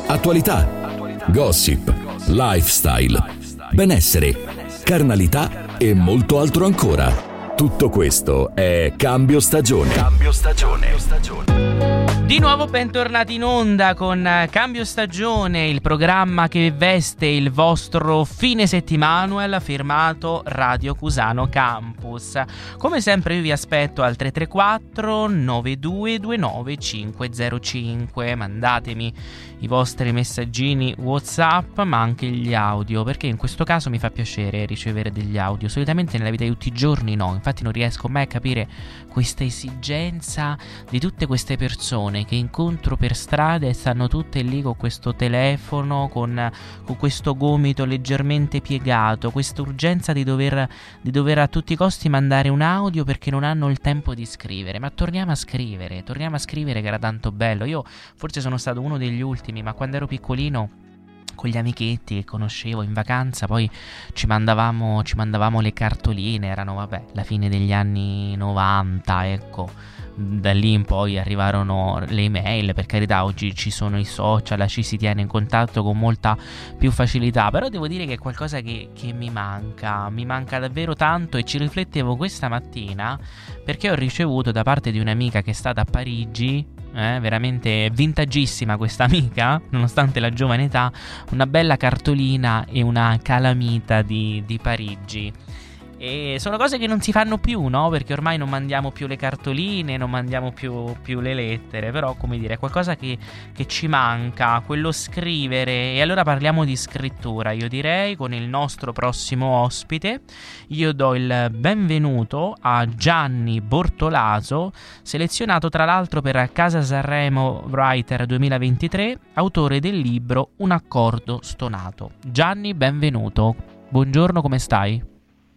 attualità, gossip, lifestyle, benessere, carnalità e molto altro ancora. Tutto questo è Cambio Stagione. Cambio Stagione. Di nuovo bentornati in onda con Cambio Stagione, il programma che veste il vostro fine settimana, firmato Radio Cusano Campus. Come sempre io vi aspetto al 334 9229 505. Mandatemi i vostri messaggini WhatsApp, ma anche gli audio, perché in questo caso mi fa piacere ricevere degli audio. Solitamente nella vita di tutti i giorni no, infatti non riesco mai a capire questa esigenza di tutte queste persone che incontro per strada e stanno tutte lì con questo telefono, con questo gomito leggermente piegato, questa urgenza di dover a tutti i costi mandare un audio perché non hanno il tempo di scrivere. Ma torniamo a scrivere che era tanto bello. Io forse sono stato uno degli ultimi, ma quando ero piccolino con gli amichetti che conoscevo in vacanza poi ci mandavamo le cartoline, erano la fine degli anni 90, ecco. Da lì in poi arrivarono le email, per carità oggi ci sono i social, ci si tiene in contatto con molta più facilità, però devo dire che è qualcosa che mi manca davvero tanto, e ci riflettevo questa mattina perché ho ricevuto da parte di un'amica che è stata a Parigi, veramente vintagissima questa amica, nonostante la giovane età, una bella cartolina e una calamita di Parigi. E sono cose che non si fanno più, no? Perché ormai non mandiamo più le cartoline, non mandiamo più le lettere. Però, come dire, è qualcosa che ci manca, quello scrivere. E allora parliamo di scrittura, io direi, con il nostro prossimo ospite. Io do il benvenuto a Gianni Bortolaso, selezionato tra l'altro per Casa Sanremo Writer 2023, autore del libro Un accordo stonato. Gianni, benvenuto. Buongiorno, come stai?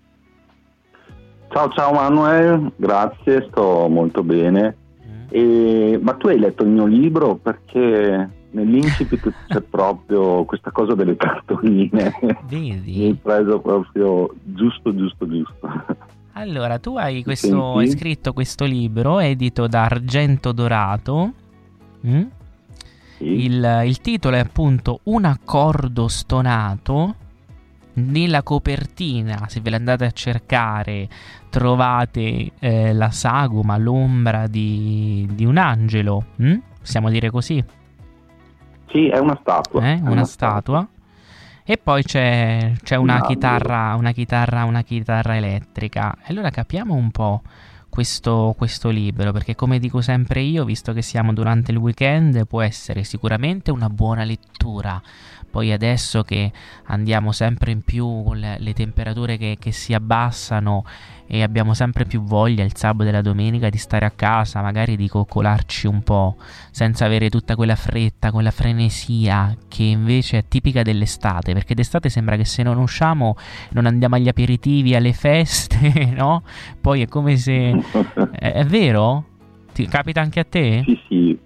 Ciao Manuel, grazie, sto molto bene. Ma tu hai letto il mio libro? Perché nell'incipit c'è proprio questa cosa delle cartoline. Vedi? Mi hai preso proprio giusto. Allora, tu hai scritto questo libro edito da Argento Dorato. Sì. Il titolo è appunto Un accordo stonato. Nella copertina, se ve l'andate a cercare, trovate la sagoma, l'ombra di un angelo. Possiamo dire così? Sì, è una statua. Una statua. E poi c'è una chitarra elettrica. E allora capiamo un po' questo libro, perché come dico sempre io, visto che siamo durante il weekend, può essere sicuramente una buona lettura. Poi adesso che andiamo sempre in più con le temperature che si abbassano e abbiamo sempre più voglia il sabato e la domenica di stare a casa, magari di coccolarci un po' senza avere tutta quella fretta, quella frenesia che invece è tipica dell'estate, perché d'estate sembra che se non usciamo, non andiamo agli aperitivi, alle feste, no? Poi è come se... è vero? Ti capita anche a te? Sì.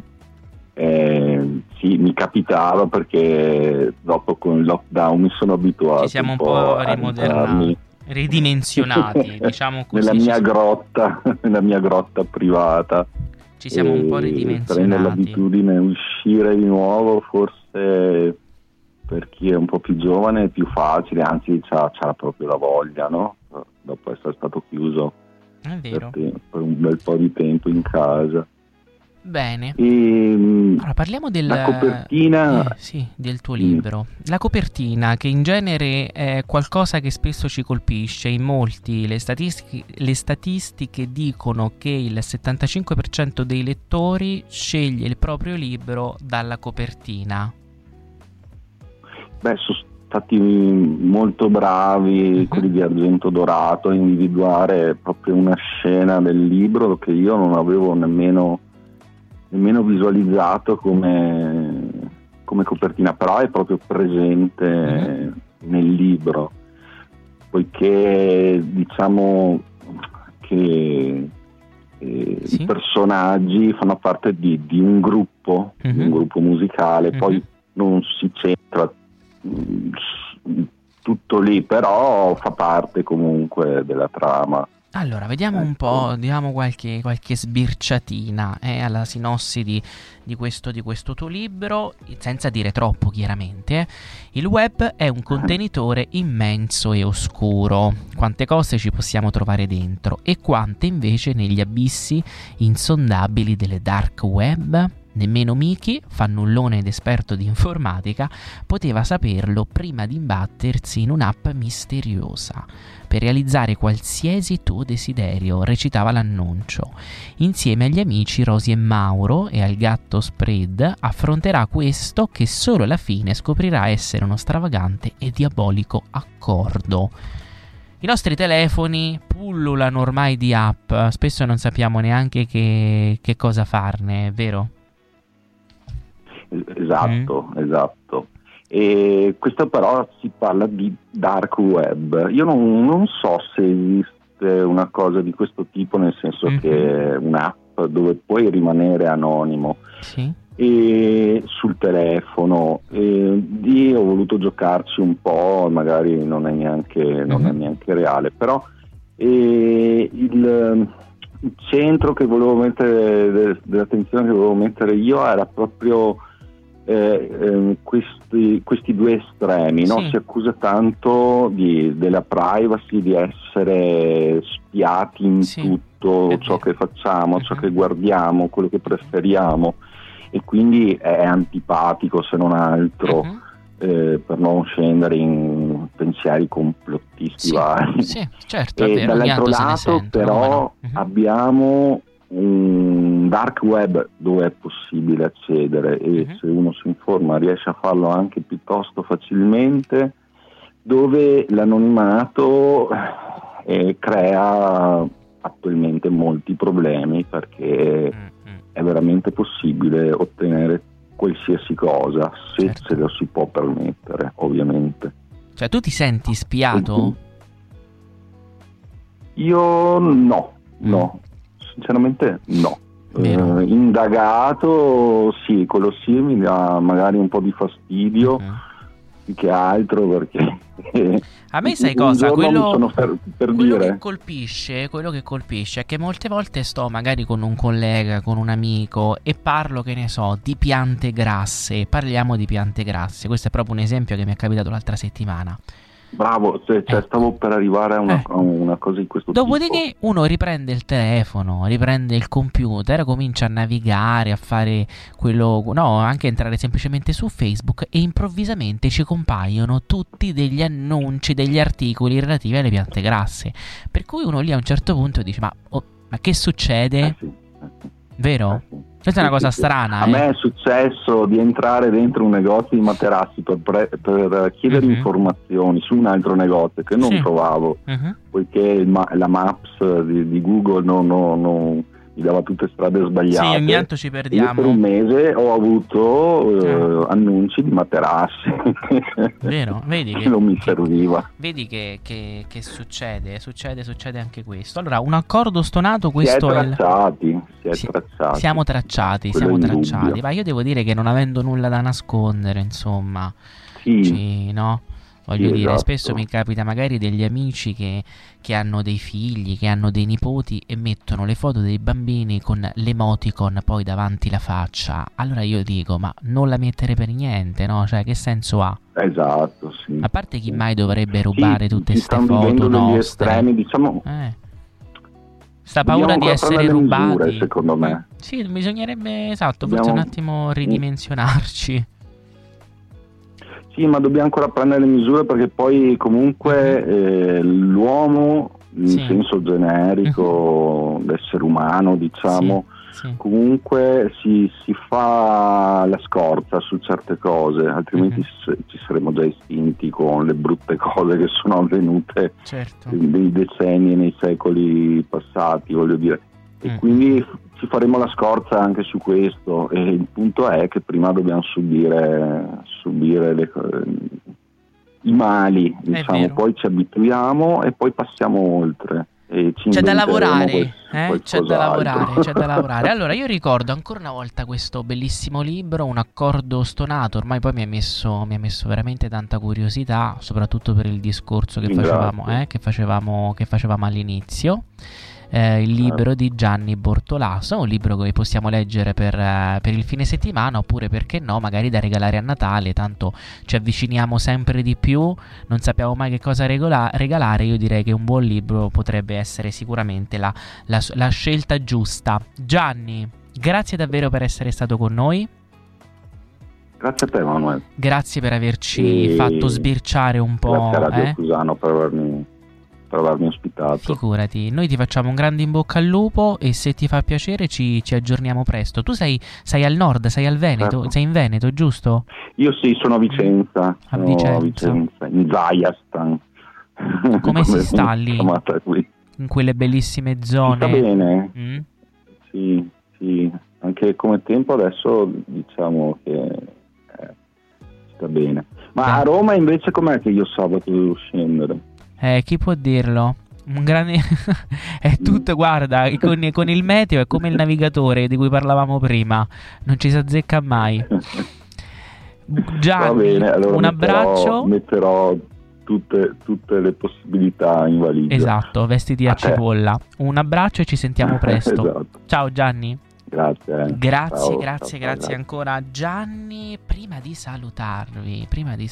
Sì, mi capitava perché dopo con il lockdown mi sono abituato. Ci siamo un po' rimodernati, ridimensionati, diciamo così. Nella mia grotta privata. Ci siamo un po' ridimensionati. Prendo l'abitudine a uscire di nuovo, forse per chi è un po' più giovane è più facile, anzi c'ha proprio la voglia, no? Dopo essere stato chiuso per un bel po' di tempo in casa. Bene, allora parliamo la copertina del tuo libro. La copertina, che in genere è qualcosa che spesso ci colpisce. In molti le statistiche dicono che il 75% dei lettori sceglie il proprio libro dalla copertina. Sono stati molto bravi quelli di Argento Dorato a individuare proprio una scena del libro che io non avevo nemmeno visualizzato come copertina, però è proprio presente nel libro, poiché diciamo che i personaggi fanno parte di un gruppo, di un gruppo musicale, poi non si centra tutto lì, però fa parte comunque della trama. Allora, vediamo un po', diamo qualche sbirciatina alla sinossi di questo tuo libro, senza dire troppo chiaramente. Il web è un contenitore immenso e oscuro. Quante cose ci possiamo trovare dentro e quante invece negli abissi insondabili delle dark web? Nemmeno Miki, fannullone ed esperto di informatica, poteva saperlo prima di imbattersi in un'app misteriosa. Per realizzare qualsiasi tuo desiderio, recitava l'annuncio. Insieme agli amici Rosy e Mauro e al gatto Spread affronterà questo che solo alla fine scoprirà essere uno stravagante e diabolico accordo. I nostri telefoni pullulano ormai di app, spesso non sappiamo neanche che cosa farne, è vero? Esatto. E questo però si parla di dark web. Io non so se esiste una cosa di questo tipo, nel senso che è un'app dove puoi rimanere anonimo e sul telefono. Io ho voluto giocarci un po', magari non è neanche reale, però il centro che volevo mettere dell'attenzione che volevo mettere io era proprio questi due estremi, no? Si accusa tanto della privacy, di essere spiati in tutto ciò che facciamo, ciò che guardiamo, quello che preferiamo, e quindi è antipatico, se non altro, per non scendere in pensieri complottisti vari. Sì, certo, e è vero, dall'altro lato però abbiamo un dark web dove è possibile accedere e se uno si informa riesce a farlo anche piuttosto facilmente, dove l'anonimato crea attualmente molti problemi, perché è veramente possibile ottenere qualsiasi cosa se ce lo si può permettere, ovviamente. Cioè, tu ti senti spiato? Io no, sinceramente no. Indagato sì, quello sì, mi dà magari un po' di fastidio, più che altro, perché a me sai cosa? Quello dire. Che colpisce è che molte volte sto magari con un collega, con un amico, e parlo, che ne so, di piante grasse. Parliamo di piante grasse. Questo è proprio un esempio che mi è capitato l'altra settimana. Bravo, stavo per arrivare a una cosa di questo tipo. Dopodiché uno riprende il telefono, riprende il computer, comincia a navigare, a fare anche entrare semplicemente su Facebook, e improvvisamente ci compaiono tutti degli annunci, degli articoli relativi alle piante grasse. Per cui uno lì a un certo punto dice: ma che succede? Vero? Questa è una cosa strana. A me è successo di entrare dentro un negozio di materassi per chiedere informazioni su un altro negozio che non trovavo, poiché la Maps di Google non mi dava tutte strade sbagliate. Sì, ogni tanto ci perdiamo. Io per un mese ho avuto annunci di materassi. Vero? Vedi che non mi serviva. Vedi che succede anche questo. Allora, un accordo stonato, questo siamo tracciati. Ma io devo dire che, non avendo nulla da nascondere, insomma, no? Voglio dire, spesso mi capita magari degli amici che hanno dei figli, che hanno dei nipoti, e mettono le foto dei bambini con l'emoticon poi davanti la faccia. Allora io dico: ma non la mettere per niente, no? Cioè, che senso ha? Esatto, sì. A parte, chi mai dovrebbe rubare tutte queste foto nostre? Estremi, diciamo. Sta paura di essere rubati. Misure, secondo me. Sì, bisognerebbe, forse un attimo ridimensionarci. Sì, ma dobbiamo ancora prendere le misure, perché poi comunque l'uomo, in senso generico, l'essere umano, diciamo, comunque si fa la scorza su certe cose, altrimenti ci saremmo già estinti con le brutte cose che sono avvenute nei decenni e nei secoli passati, voglio dire. E quindi ci faremo la scorza anche su questo, e il punto è che prima dobbiamo subire i mali, diciamo, poi ci abituiamo e poi passiamo oltre, e e ci c'è da inventeremo lavorare, c'è da lavorare. Allora, io ricordo ancora una volta questo bellissimo libro, Un accordo stonato. Ormai poi mi ha messo veramente tanta curiosità, soprattutto per il discorso che facevamo all'inizio. Il libro di Gianni Bortolaso, un libro che possiamo leggere per il fine settimana, oppure perché no, magari da regalare a Natale, tanto ci avviciniamo sempre di più, non sappiamo mai che cosa regalare. Io direi che un buon libro potrebbe essere sicuramente la scelta giusta. Gianni, grazie davvero per essere stato con noi. Grazie a te, Manuel. Grazie per averci fatto sbirciare un po'. Grazie a Radio Cusano per avermi ospitato. Figurati, noi ti facciamo un grande in bocca al lupo e se ti fa piacere ci aggiorniamo presto. Tu sei al nord, sei al Veneto, certo. Sei in Veneto, giusto? Io sì, sono a Vicenza. A Vicenza. In Zajastan. Come si sta lì? Qui. In quelle bellissime zone? Sta bene. Sì. Anche come tempo adesso diciamo che sta bene. Ma a Roma invece com'è che io sabato devo scendere? Chi può dirlo? Un grande è tutto, guarda, con il meteo è come il navigatore di cui parlavamo prima, non ci si azzecca mai. Gianni, va bene, allora un abbraccio. Metterò tutte le possibilità in valigia. Esatto, vestiti a cipolla. Un abbraccio e ci sentiamo presto. Esatto. Ciao Gianni. Grazie. Grazie ancora Gianni. Prima di salutarvi,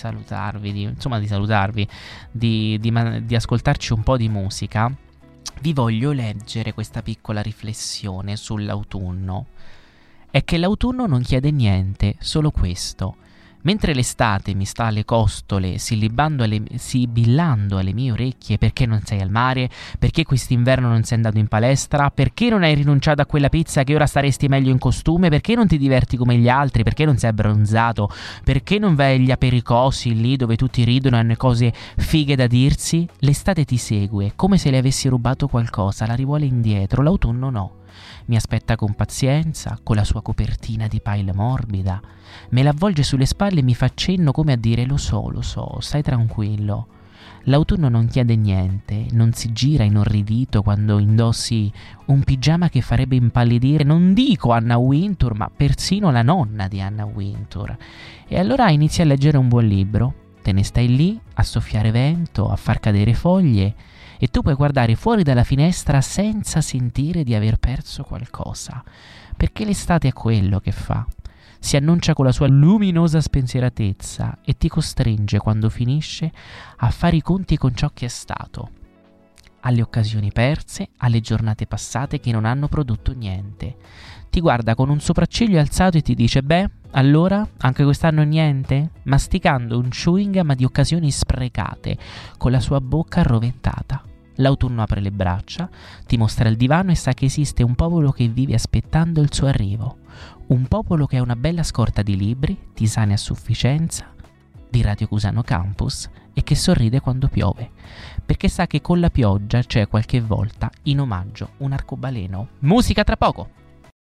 di ascoltarci un po' di musica, vi voglio leggere questa piccola riflessione sull'autunno. È che l'autunno non chiede niente, solo questo. Mentre l'estate mi sta alle costole, sibillando alle mie orecchie: perché non sei al mare? Perché quest'inverno non sei andato in palestra? Perché non hai rinunciato a quella pizza che ora staresti meglio in costume? Perché non ti diverti come gli altri? Perché non sei abbronzato? Perché non vai agli apericosi lì dove tutti ridono e hanno cose fighe da dirsi? L'estate ti segue, come se le avessi rubato qualcosa, la rivuole indietro, l'autunno no. Mi aspetta con pazienza, con la sua copertina di pile morbida. Me la avvolge sulle spalle e mi fa cenno come a dire: lo so, stai tranquillo. L'autunno non chiede niente, non si gira inorridito quando indossi un pigiama che farebbe impallidire, non dico Anna Wintour, ma persino la nonna di Anna Wintour. E allora inizi a leggere un buon libro, te ne stai lì a soffiare vento, a far cadere foglie, e tu puoi guardare fuori dalla finestra senza sentire di aver perso qualcosa, perché l'estate è quello che fa. Si annuncia con la sua luminosa spensieratezza e ti costringe, quando finisce, a fare i conti con ciò che è stato, alle occasioni perse, alle giornate passate che non hanno prodotto niente. Ti guarda con un sopracciglio alzato e ti dice: beh, allora, anche quest'anno niente? Masticando un chewing gum di occasioni sprecate, con la sua bocca arroventata. L'autunno apre le braccia, ti mostra il divano e sa che esiste un popolo che vive aspettando il suo arrivo. Un popolo che ha una bella scorta di libri, tisane a sufficienza, di Radio Cusano Campus, e che sorride quando piove, perché sa che con la pioggia c'è qualche volta, in omaggio, un arcobaleno. Musica tra poco!